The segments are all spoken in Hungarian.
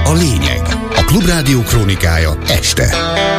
a lényeg. A Klubrádió krónikája este.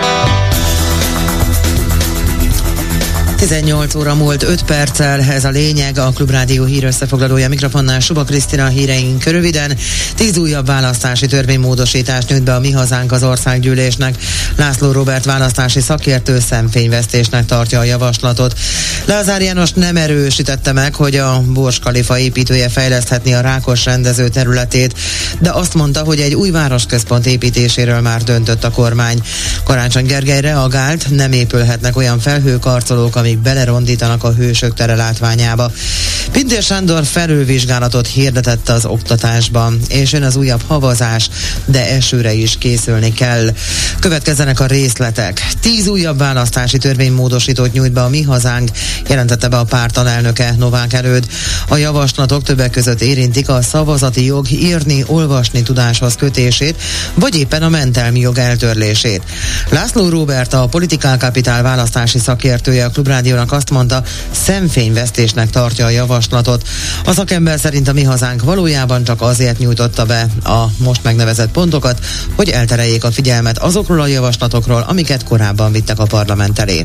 18 óra múlt 5 perccel, ez a lényeg, a Klubrádió hírösszefoglalója, mikrofonnál Suba Krisztina, híreink röviden. 10 újabb választási törvénymódosítást nyújt be a Mi Hazánk az Országgyűlésnek. László Róbert választási szakértő szemfényvesztésnek tartja a javaslatot. Lázár János nem erősítette meg, hogy a Burj Khalifa építője fejleszthetné a Rákos rendező területét, de azt mondta, hogy egy új városközpont építéséről már döntött a kormány. Karácsony Gergely reagált, nem épülhetnek olyan felhőkarcolók, amik belerondítanak a Hősök tere látványába. Pintér Sándor felülvizsgálatot hirdetett az oktatásban, és jön az újabb havazás, de esőre is készülni kell. Következzenek a részletek. 10 újabb választási törvénymódosítót nyújt be a Mi Hazánk, jelentette be a párt alelnöke, Novák Erőd. A javaslatok többek között érintik a szavazati jog írni, olvasni tudáshoz kötését, vagy éppen a mentelmi jog eltörlését. László Róbert, a Political Capital választási szakértője a Klubrádiónak azt mondta, szemfényvesztésnek tartja a javaslatot. A szakember szerint a Mi Hazánk valójában csak azért nyújtotta be a most megnevezett pontokat, hogy eltereljék a figyelmet azokról a javaslatokról, amiket korábban vittek a parlament elé.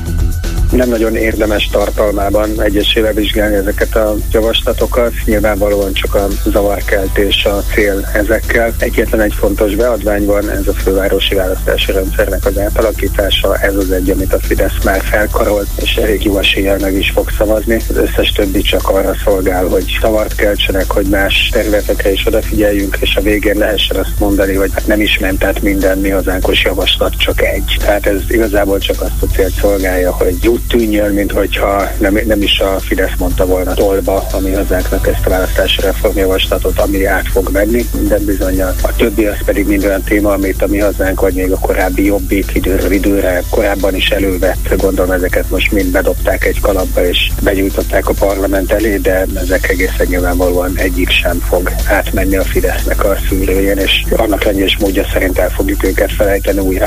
Nem nagyon érdemes tartalmában egyesével vizsgálni ezeket a javaslatokat. Nyilvánvalóan csak a zavarkeltés a cél ezekkel. Egyetlen egy fontos beadvány van, ez a fővárosi választási rendszernek az átalakítása. Ez az egy, amit a Fidesz már felkarolt, és elég jó eséllyel meg is fog szavazni. Az összes többi csak arra szolgál, hogy zavart keltsenek, hogy más területekre is odafigyeljünk, és a végén lehessen azt mondani, hogy nem is ment át minden Mi Hazánkos javaslat, csak egy. Tehát ez igazából csak azt a célt szolgálja, hogy úgy tűnjön, minthogyha nem is a Fidesz mondta volna tolba a Mi Hazánknak ezt a választási reformjavaslatot, ami át fog menni, minden bizonnyal. A többi az pedig mind olyan téma, amit a Mi Hazánk vagy még a korábbi Jobbik időről időre korábban is elővett. Gondolom ezeket most mind bedobták egy kalapba és begyújtották a parlament elé, de ezek egészen nyilvánvalóan egyik sem fog átmenni a Fidesznek a szűrőjén, és annak lengyes módja szerint el fogjuk őket felejteni újra.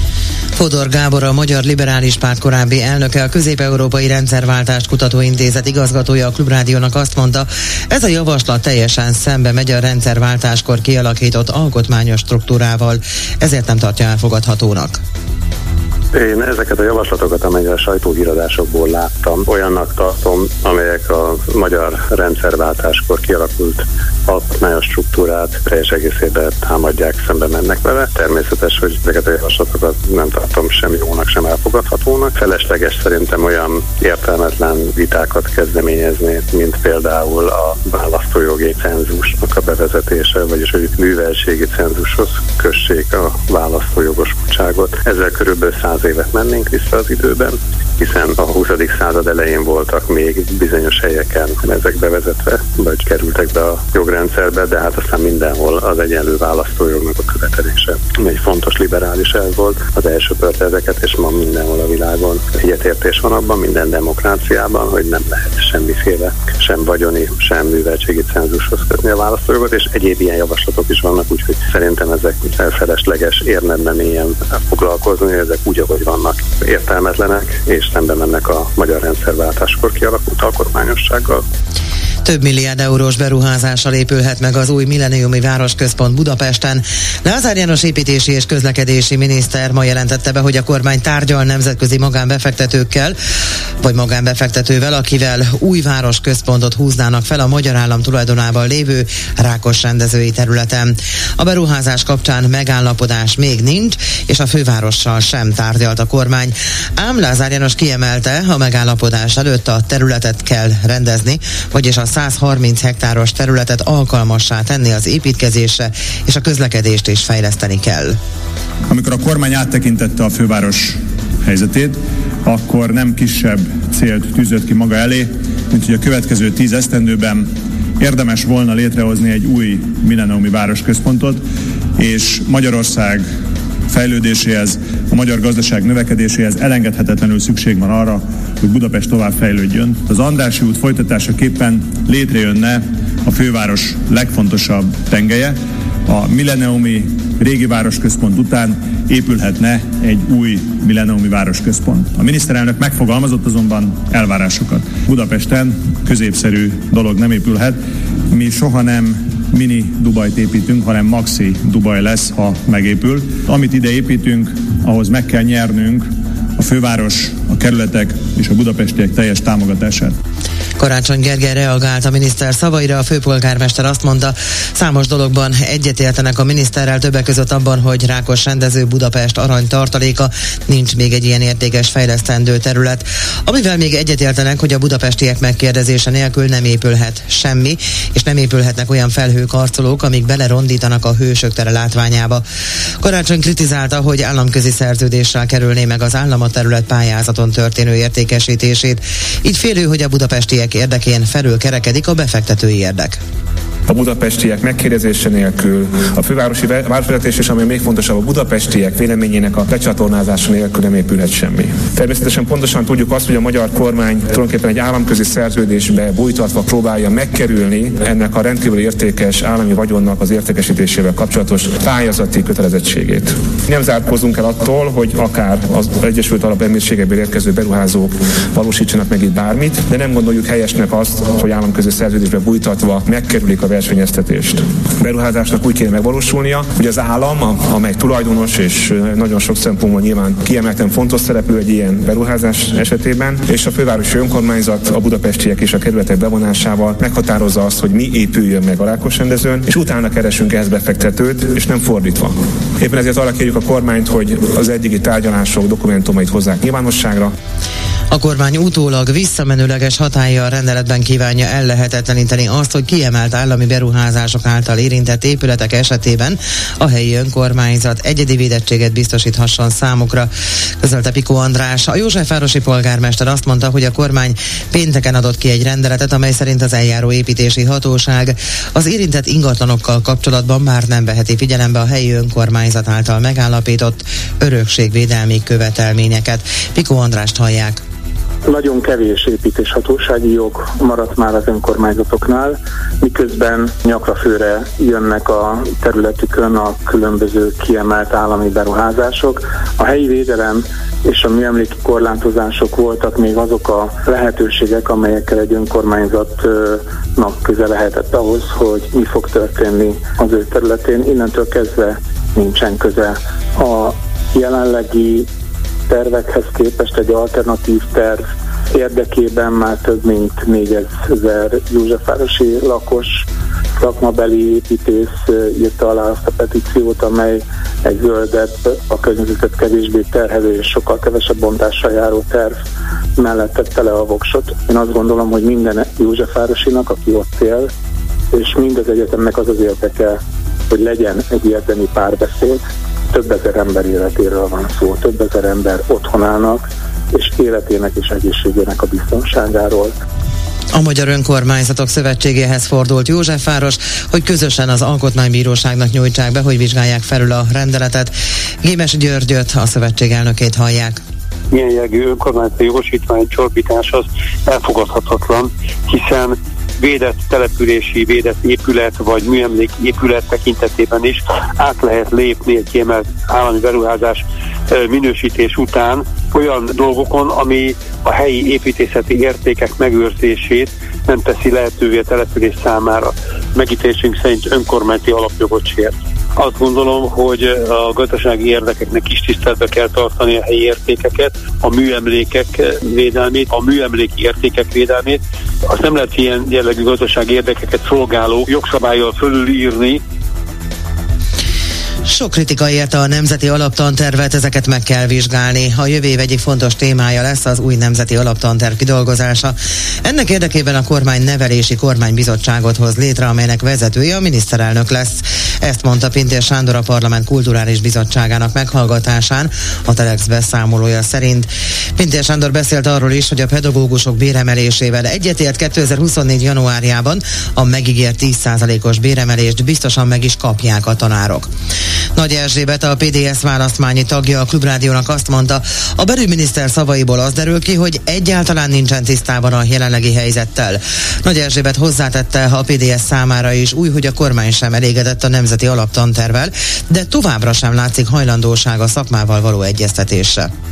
Fodor Gábor, a Magyar Liberális Párt korábbi elnöke, a Közép-Európai Rendszerváltást Kutatóintézet igazgatója a Klubrádiónak azt mondta, ez a javaslat teljesen szembe megy a rendszerváltáskor kialakított alkotmányos struktúrával, ezért nem tartja elfogadhatónak. Én ezeket a javaslatokat, amelyek a sajtóhíradásokból láttam, olyannak tartom, amelyek a magyar rendszerváltáskor kialakult alkotmányos struktúrát teljes egészében támadják, szembe mennek vele. Természetes, hogy ezeket a javaslatokat nem tartom sem jónak, sem elfogadhatónak. Felesleges szerintem olyan értelmetlen vitákat kezdeményezni, mint például a választójogi cenzusnak a bevezetése, vagyis hogy műveltségi cenzushoz kössék a választójogosultságot. Ezzel körülbelül 100 évet mennénk vissza az időben, hiszen a 20. század elején voltak még bizonyos helyeken ezek bevezetve, vagy kerültek be a jogrendszerbe, de hát aztán mindenhol az egyenlő választójognak a követelése egy fontos liberális elv volt. Az első pörte ezeket, és ma mindenhol a világon egyetértés van abban, minden demokráciában, hogy nem lehet semmiféle, sem vagyoni, sem műveltségi cenzushoz kötni a választójogot, és egyéb ilyen javaslatok is vannak, úgyhogy szerintem ezek felesleges, érnedben ilyen foglalkozni, ezek úgy, ahogy vannak, értelmetlenek, és szembe mennek a magyar rendszerváltáskor kialakult alkotmányossággal. Több milliárd eurós beruházással épülhet meg az új milleniumi városközpont Budapesten. Lázár János építési és közlekedési miniszter ma jelentette be, hogy a kormány tárgyal nemzetközi magánbefektetőkkel, vagy magánbefektetővel, akivel új városközpontot húznának fel a magyar állam tulajdonában lévő Rákos rendezői területen. A beruházás kapcsán megállapodás még nincs, és a fővárossal sem tárgyalt a kormány. Ám Lázár János kiemelte, a megállapodás előtt a területet kell rendezni, vagyis a 130 hektáros területet alkalmassá tenni az építkezésre, és a közlekedést is fejleszteni kell. Amikor a kormány áttekintette a főváros helyzetét, akkor nem kisebb célt tűzött ki maga elé, mint hogy a következő 10 esztendőben érdemes volna létrehozni egy új milleniumi városközpontot, és Magyarország fejlődéséhez, a magyar gazdaság növekedéséhez elengedhetetlenül szükség van arra, hogy Budapest tovább fejlődjön. Az Andrássy út folytatásaképpen létrejönne a főváros legfontosabb tengelye. A milleniumi régi városközpont után épülhetne egy új milleniumi városközpont. A miniszterelnök megfogalmazott azonban elvárásokat. Budapesten középszerű dolog nem épülhet. Mi soha nem mini Dubajt építünk, hanem maxi Dubaj lesz, ha megépül. Amit ide építünk, ahhoz meg kell nyernünk a főváros, a kerületek és a budapestiek teljes támogatását. Karácsony Gergely reagált a miniszter szavaira, a főpolgármester azt mondta, számos dologban egyetértenek a miniszterrel, többek között abban, hogy Rákos rendező Budapest arany tartaléka, nincs még egy ilyen értékes fejlesztendő terület. Amivel még egyetértenek, hogy a budapestiek megkérdezése nélkül nem épülhet semmi, és nem épülhetnek olyan felhőkarcolók, amik belerondítanak a Hősök tere látványába. Karácsony kritizálta, hogy államközi szerződéssel kerülné meg az állam a terület pályázaton történő értékesítését. Így félő, hogy a budapestiek érdekén felül kerekedik a befektetői érdek. A budapestiek megkérdezése nélkül, a fővárosi városvezetés és ami még fontosabb, a budapestiek véleményének a becsatornázása nélkül nem épülhet semmi. Természetesen pontosan tudjuk azt, hogy a magyar kormány tulajdonképpen egy államközi szerződésbe bújtatva próbálja megkerülni ennek a rendkívül értékes állami vagyonnak az értékesítésével kapcsolatos pályázati kötelezettségét. Nem zárkózunk el attól, hogy akár az Egyesült Arab Emírségekből érkező beruházók valósítsanak meg itt bármit, de nem gondoljuk helyesnek azt, hogy államközi szerződésbe bújtatva megkerülik a versenyeztetést. A beruházásnak úgy kéne megvalósulnia, hogy az állam, amely tulajdonos és nagyon sok szempontból nyilván kiemelten fontos szereplő egy ilyen beruházás esetében, és a fővárosi önkormányzat a budapestiek és a kerületek bevonásával meghatározza azt, hogy mi épüljön meg a Rákos rendezőn, és utána keresünk ehhez befektetőt, és nem fordítva. Éppen ezért arra kérjük a kormányt, hogy az eddigi tárgyalások dokumentumait hozzák nyilvánosságra. A kormány utólag visszamenőleges hatállyal rendeletben kívánja ellehetetleníteni azt, hogy kiemelt állami beruházások által érintett épületek esetében a helyi önkormányzat egyedi védettséget biztosíthasson számukra, közölte Piko András. A józsefvárosi polgármester azt mondta, hogy a kormány pénteken adott ki egy rendeletet, amely szerint az eljáró építési hatóság az érintett ingatlanokkal kapcsolatban már nem veheti figyelembe a helyi önkormányzat által megállapított örökségvédelmi követelményeket. Piko Andrást hallják. Nagyon kevés építéshatósági jog maradt már az önkormányzatoknál, miközben nyakrafőre jönnek a területükön a különböző kiemelt állami beruházások. A helyi védelem és a műemléki korlátozások voltak még azok a lehetőségek, amelyekkel egy önkormányzatnak köze lehetett ahhoz, hogy mi fog történni az ő területén. Innentől kezdve nincsen köze. A jelenlegi tervekhez képest egy alternatív terv érdekében már több mint 4000 józsefvárosi lakos, szakmabeli építész írta alá azt a petíciót, amely egy zöldebb, a környezetet kevésbé terhelő és sokkal kevesebb bontással járó terv mellett tette le a voksot. Én azt gondolom, hogy minden józsefvárosinak, aki ott él, és mind az egyetemnek az az érdeke, hogy legyen egy érdemi párbeszéd. Több ezer ember életéről van szó, több ezer ember otthonának és életének és egészségének a biztonságáról. A Magyar Önkormányzatok Szövetségéhez fordult Józsefváros, hogy közösen az Alkotmánybíróságnak nyújtsák be, hogy vizsgálják felül a rendeletet. Gémes Györgyöt, a szövetség elnökét hallják. Ilyen jellegű önkormányzati jogosítvány csorbítás az elfogadhatatlan, hiszen védett települési, védett épület vagy műemlék épület tekintetében is át lehet lépni egy kiemelt állami beruházás minősítés után olyan dolgokon, ami a helyi építészeti értékek megőrzését nem teszi lehetővé a település számára. Megítélésünk szerint önkormányzati alapjogot sért. Azt gondolom, hogy a gazdasági érdekeknek is tiszteletbe kell tartani a helyi értékeket, a műemlékek védelmét, a műemléki értékek védelmét. Azt nem lehet ilyen jellegű gazdasági érdekeket szolgáló jogszabállyal fölülírni. Sok kritika érte a nemzeti alaptantervet, ezeket meg kell vizsgálni. A jövő év egyik fontos témája lesz az új nemzeti alaptanterv kidolgozása. Ennek érdekében a kormány nevelési kormánybizottságot hoz létre, amelynek vezetője a miniszterelnök lesz. Ezt mondta Pintér Sándor a Parlament Kulturális Bizottságának meghallgatásán, a Telex beszámolója szerint. Pintér Sándor beszélt arról is, hogy a pedagógusok béremelésével egyetért 2024. januárjában a megígért 10%-os béremelést biztosan meg is kapják a tanárok. Nagy Erzsébet, a PDS választmányi tagja a Klubrádiónak azt mondta, a belügyminiszter szavaiból az derül ki, hogy egyáltalán nincsen tisztában a jelenlegi helyzettel. Nagy Erzsébet hozzátette, a PDS számára is új, hogy a kormány sem elégedett a nemzeti alaptantervvel, de továbbra sem látszik hajlandóság a szakmával való egyeztetésre.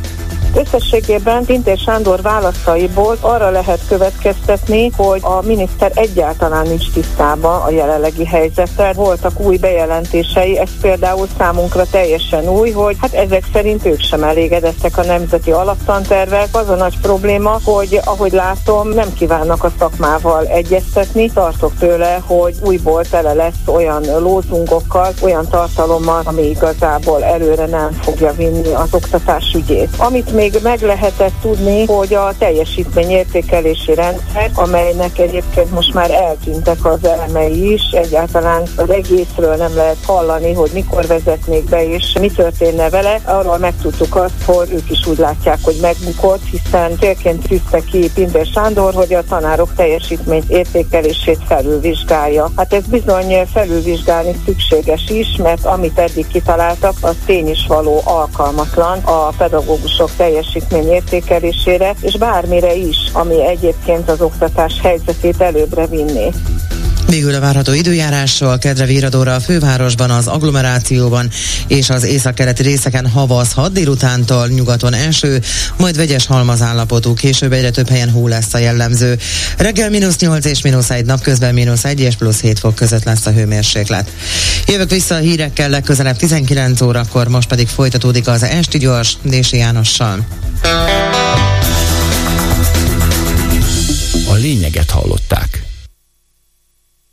Összességében Pintér Sándor válaszaiból arra lehet következtetni, hogy a miniszter egyáltalán nincs tisztában a jelenlegi helyzettel. Voltak új bejelentései, ez például számunkra teljesen új, hogy hát ezek szerint ők sem elégedettek a nemzeti alaptantervvel. Az a nagy probléma, hogy ahogy látom, nem kívánnak a szakmával egyeztetni. Tartok tőle, hogy újból tele lesz olyan lózungokkal, olyan tartalommal, ami igazából előre nem fogja vinni az oktatás ügyét. Amit még meg lehetett tudni, hogy a teljesítményértékelési rendszer, amelynek egyébként most már eltűntek az elemei is, egyáltalán az egészről nem lehet hallani, hogy mikor vezetnék be és mi történne vele. Arról megtudtuk azt, hogy ők is úgy látják, hogy megbukott, hiszen célként tűzte ki Pintér Sándor, hogy a tanárok teljesítményértékelését felülvizsgálja. Hát ez bizony felülvizsgálni szükséges is, mert amit eddig kitaláltak, az tény is való alkalmatlan a pedagógusok teljesítményértékelésére, és bármire is, ami egyébként az oktatás helyzetét előbbre vinné. Végül a várható időjárásról: kedre virradóra a fővárosban, az agglomerációban és az északkeleti részeken havazhat, délutántól nyugaton eső, majd vegyes halmazállapotú, később egyre több helyen hó lesz a jellemző. Reggel -8 és -1, napközben -1 és +7 fok között lesz a hőmérséklet. Jövök vissza a hírekkel legközelebb 19 órakor, most pedig folytatódik az Esti Gyors Dési Jánossal. A lényeget hallották.